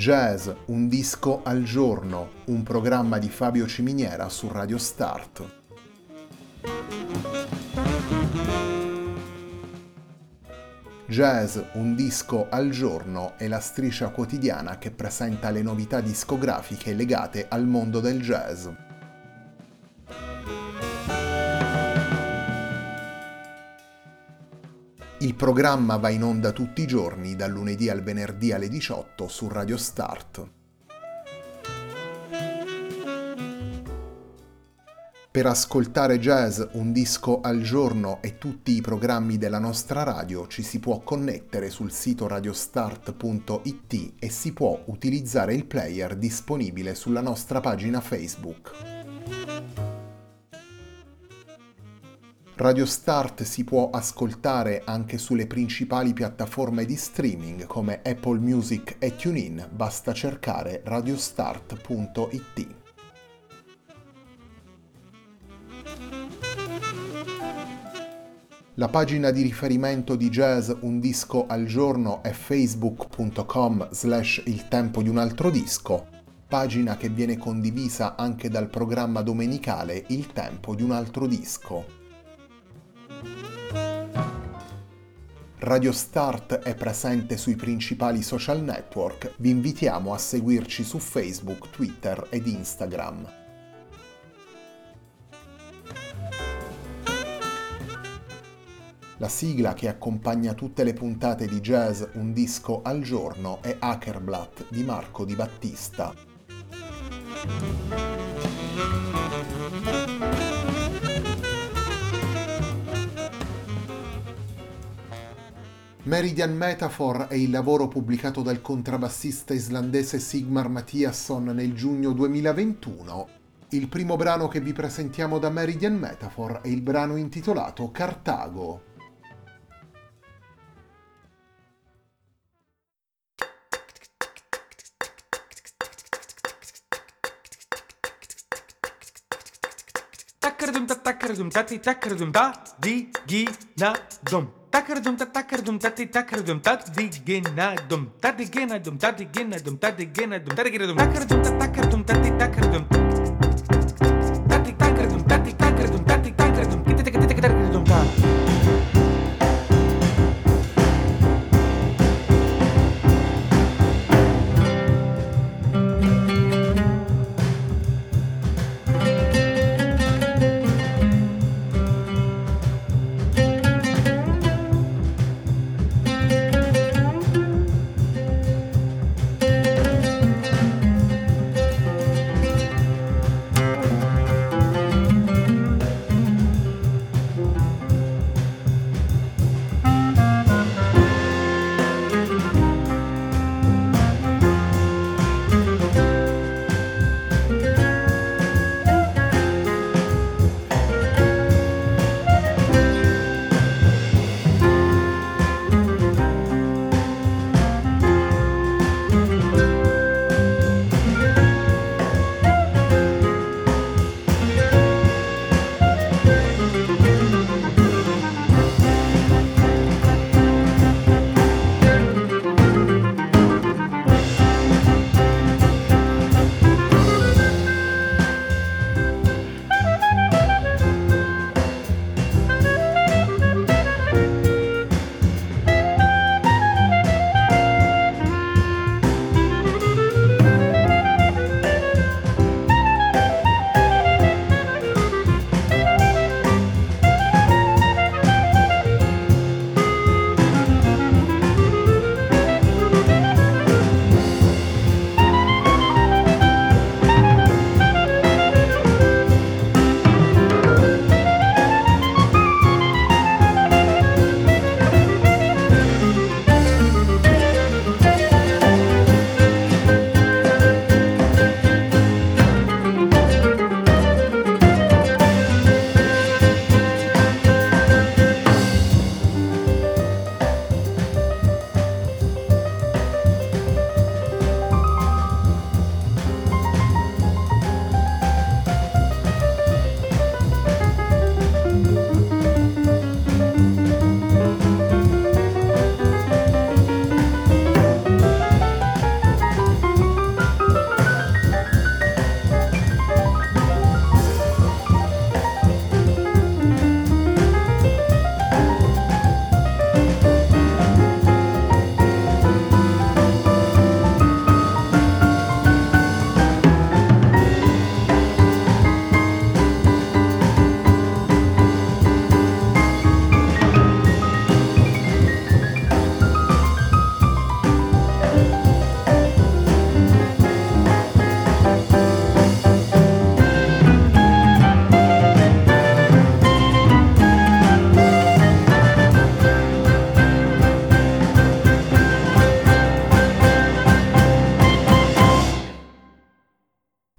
Jazz, un disco al giorno, un programma di Fabio Ciminiera su Radio Start. Jazz, un disco al giorno è la striscia quotidiana che presenta le novità discografiche legate al mondo del jazz. Il programma va in onda tutti i giorni, dal lunedì al venerdì alle 18 su Radio Start. Per ascoltare Jazz, un disco al giorno e tutti i programmi della nostra radio ci si può connettere sul sito radiostart.it e si può utilizzare il player disponibile sulla nostra pagina Facebook. Radio Start si può ascoltare anche sulle principali piattaforme di streaming come Apple Music e TuneIn, basta cercare radiostart.it. La pagina di riferimento di Jazz Un Disco al Giorno è facebook.com/il tempo di un altro disco, pagina che viene condivisa anche dal programma domenicale Il tempo di un altro disco. Radio Start è presente sui principali social network, vi invitiamo a seguirci su Facebook, Twitter ed Instagram. La sigla che accompagna tutte le puntate di Jazz Un Disco al Giorno è Hackerblatt di Marco Di Battista. Meridian Metaphor è il lavoro pubblicato dal contrabbassista islandese Sigmar Mathiasson nel giugno 2021. Il primo brano che vi presentiamo da Meridian Metaphor è il brano intitolato Cartago. Takkerdum tatti takkerdum ta di gi na dum. Takkerdum tatti takkerdum ta di gi na dum. Tatti gi na dum tatti gi na dum tatti gi na dum tatti gi na dum. Takkerdum tatti takkerdum. Tatti takkerdum tatti takkerdum tatti takkerdum. Takkerdum ta.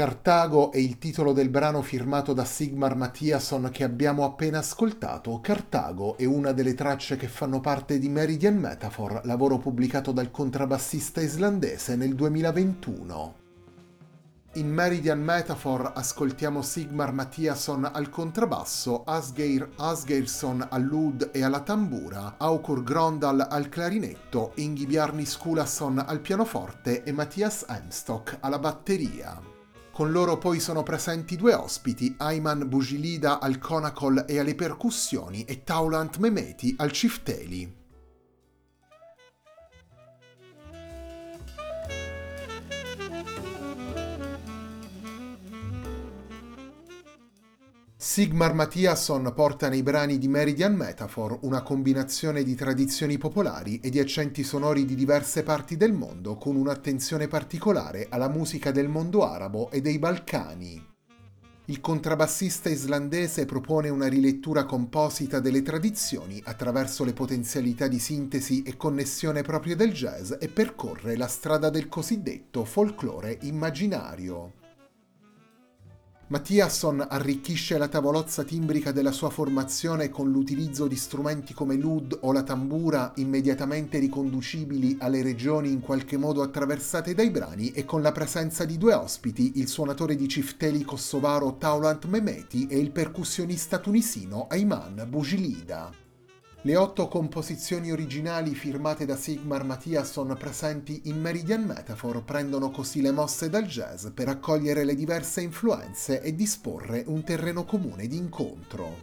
Cartago è il titolo del brano firmato da Sigmar Mathiasson che abbiamo appena ascoltato. Cartago è una delle tracce che fanno parte di Meridian Metaphor, lavoro pubblicato dal contrabbassista islandese nel 2021. In Meridian Metaphor ascoltiamo Sigmar Mathiasson al contrabbasso, Asgeir Asgeirsson all'oud e alla tambura, Aukur Grondal al clarinetto, Ingi Bjarni Skulason al pianoforte e Mattias Emstock alla batteria. Con loro poi sono presenti due ospiti, Ayman Bujilida al conacol e alle percussioni e Taulant Mehmeti al cifteli. Sigmar Mathiasson porta nei brani di Meridian Metaphor una combinazione di tradizioni popolari e di accenti sonori di diverse parti del mondo, con un'attenzione particolare alla musica del mondo arabo e dei Balcani. Il contrabbassista islandese propone una rilettura composita delle tradizioni attraverso le potenzialità di sintesi e connessione proprie del jazz e percorre la strada del cosiddetto folklore immaginario. Mathiasson arricchisce la tavolozza timbrica della sua formazione con l'utilizzo di strumenti come l'oud o la tambura, immediatamente riconducibili alle regioni in qualche modo attraversate dai brani, e con la presenza di due ospiti, il suonatore di cifteli kosovaro Taulant Mehmeti e il percussionista tunisino Ayman Bujilida. Le 8 composizioni originali firmate da Sigmar Mathiasson presenti in Meridian Metaphor prendono così le mosse dal jazz per accogliere le diverse influenze e disporre un terreno comune di incontro.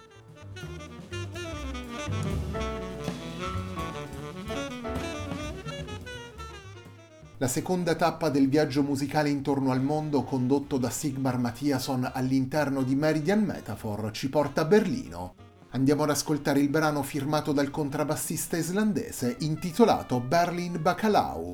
La seconda tappa del viaggio musicale intorno al mondo condotto da Sigmar Mathiasson all'interno di Meridian Metaphor ci porta a Berlino. Andiamo ad ascoltare il brano firmato dal contrabbassista islandese intitolato Berlin Bacalhau.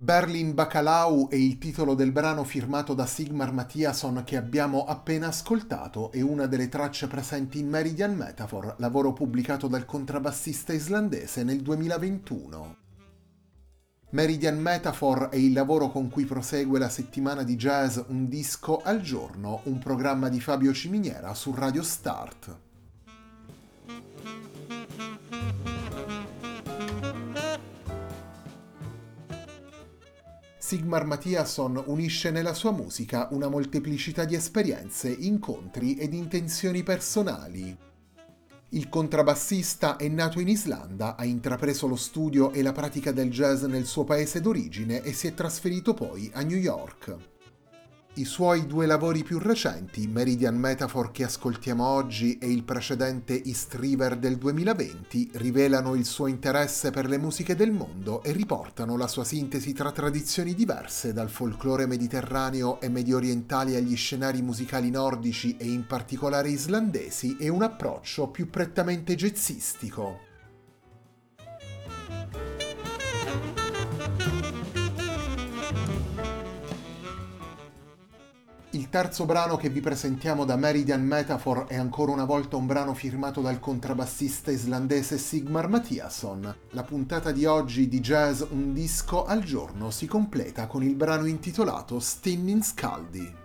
Berlin Bacalhau è il titolo del brano firmato da Sigmar Mathiasson che abbiamo appena ascoltato e una delle tracce presenti in Meridian Metaphor, lavoro pubblicato dal contrabbassista islandese nel 2021. Meridian Metaphor è il lavoro con cui prosegue la settimana di jazz Un disco al giorno, un programma di Fabio Ciminiera su Radio Start. Sigmar Mathiasson unisce nella sua musica una molteplicità di esperienze, incontri ed intenzioni personali. Il contrabbassista è nato in Islanda, ha intrapreso lo studio e la pratica del jazz nel suo paese d'origine e si è trasferito poi a New York. I suoi due lavori più recenti, Meridian Metaphor che ascoltiamo oggi e il precedente East River del 2020, rivelano il suo interesse per le musiche del mondo e riportano la sua sintesi tra tradizioni diverse, dal folklore mediterraneo e mediorientali agli scenari musicali nordici e in particolare islandesi, e un approccio più prettamente jazzistico. Il terzo brano che vi presentiamo da Meridian Metaphor è ancora una volta un brano firmato dal contrabbassista islandese Sigmar Mathiasson. La puntata di oggi di Jazz Un disco al giorno si completa con il brano intitolato Stinnin Scaldi.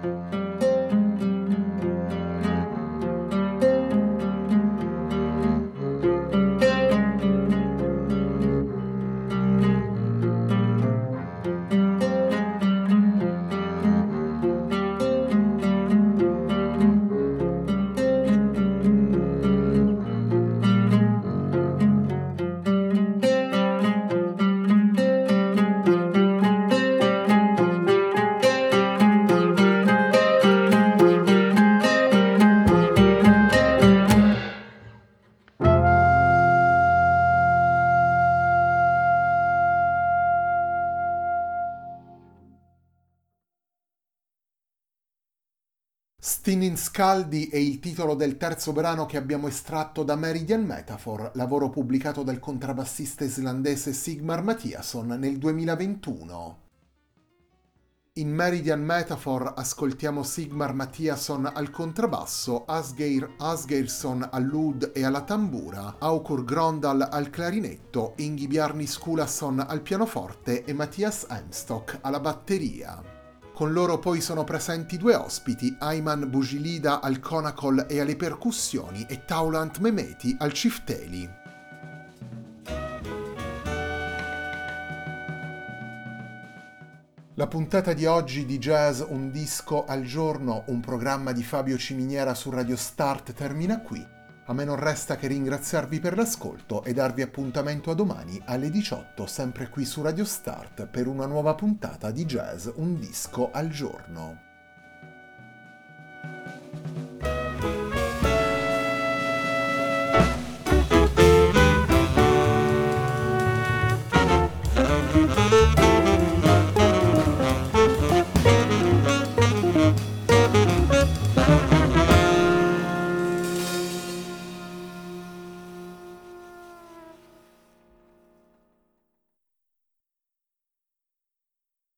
Stinning Scaldi è il titolo del terzo brano che abbiamo estratto da Meridian Metaphor, lavoro pubblicato dal contrabbassista islandese Sigmar Mathiasson nel 2021. In Meridian Metaphor ascoltiamo Sigmar Mathiasson al contrabbasso, Asgeir Asgeirsson all'oud e alla tambura, Aukur Grondal al clarinetto, Ingi Bjarni Skulason al pianoforte e Mattias Emstock alla batteria. Con loro poi sono presenti due ospiti, Ayman Bujilida al conacol e alle percussioni e Taulant Mehmeti al cifteli. La puntata di oggi di Jazz Un Disco al Giorno, un programma di Fabio Ciminiera su Radio Start, termina qui. A me non resta che ringraziarvi per l'ascolto e darvi appuntamento a domani alle 18, sempre qui su Radio Start, per una nuova puntata di Jazz Un Disco al Giorno.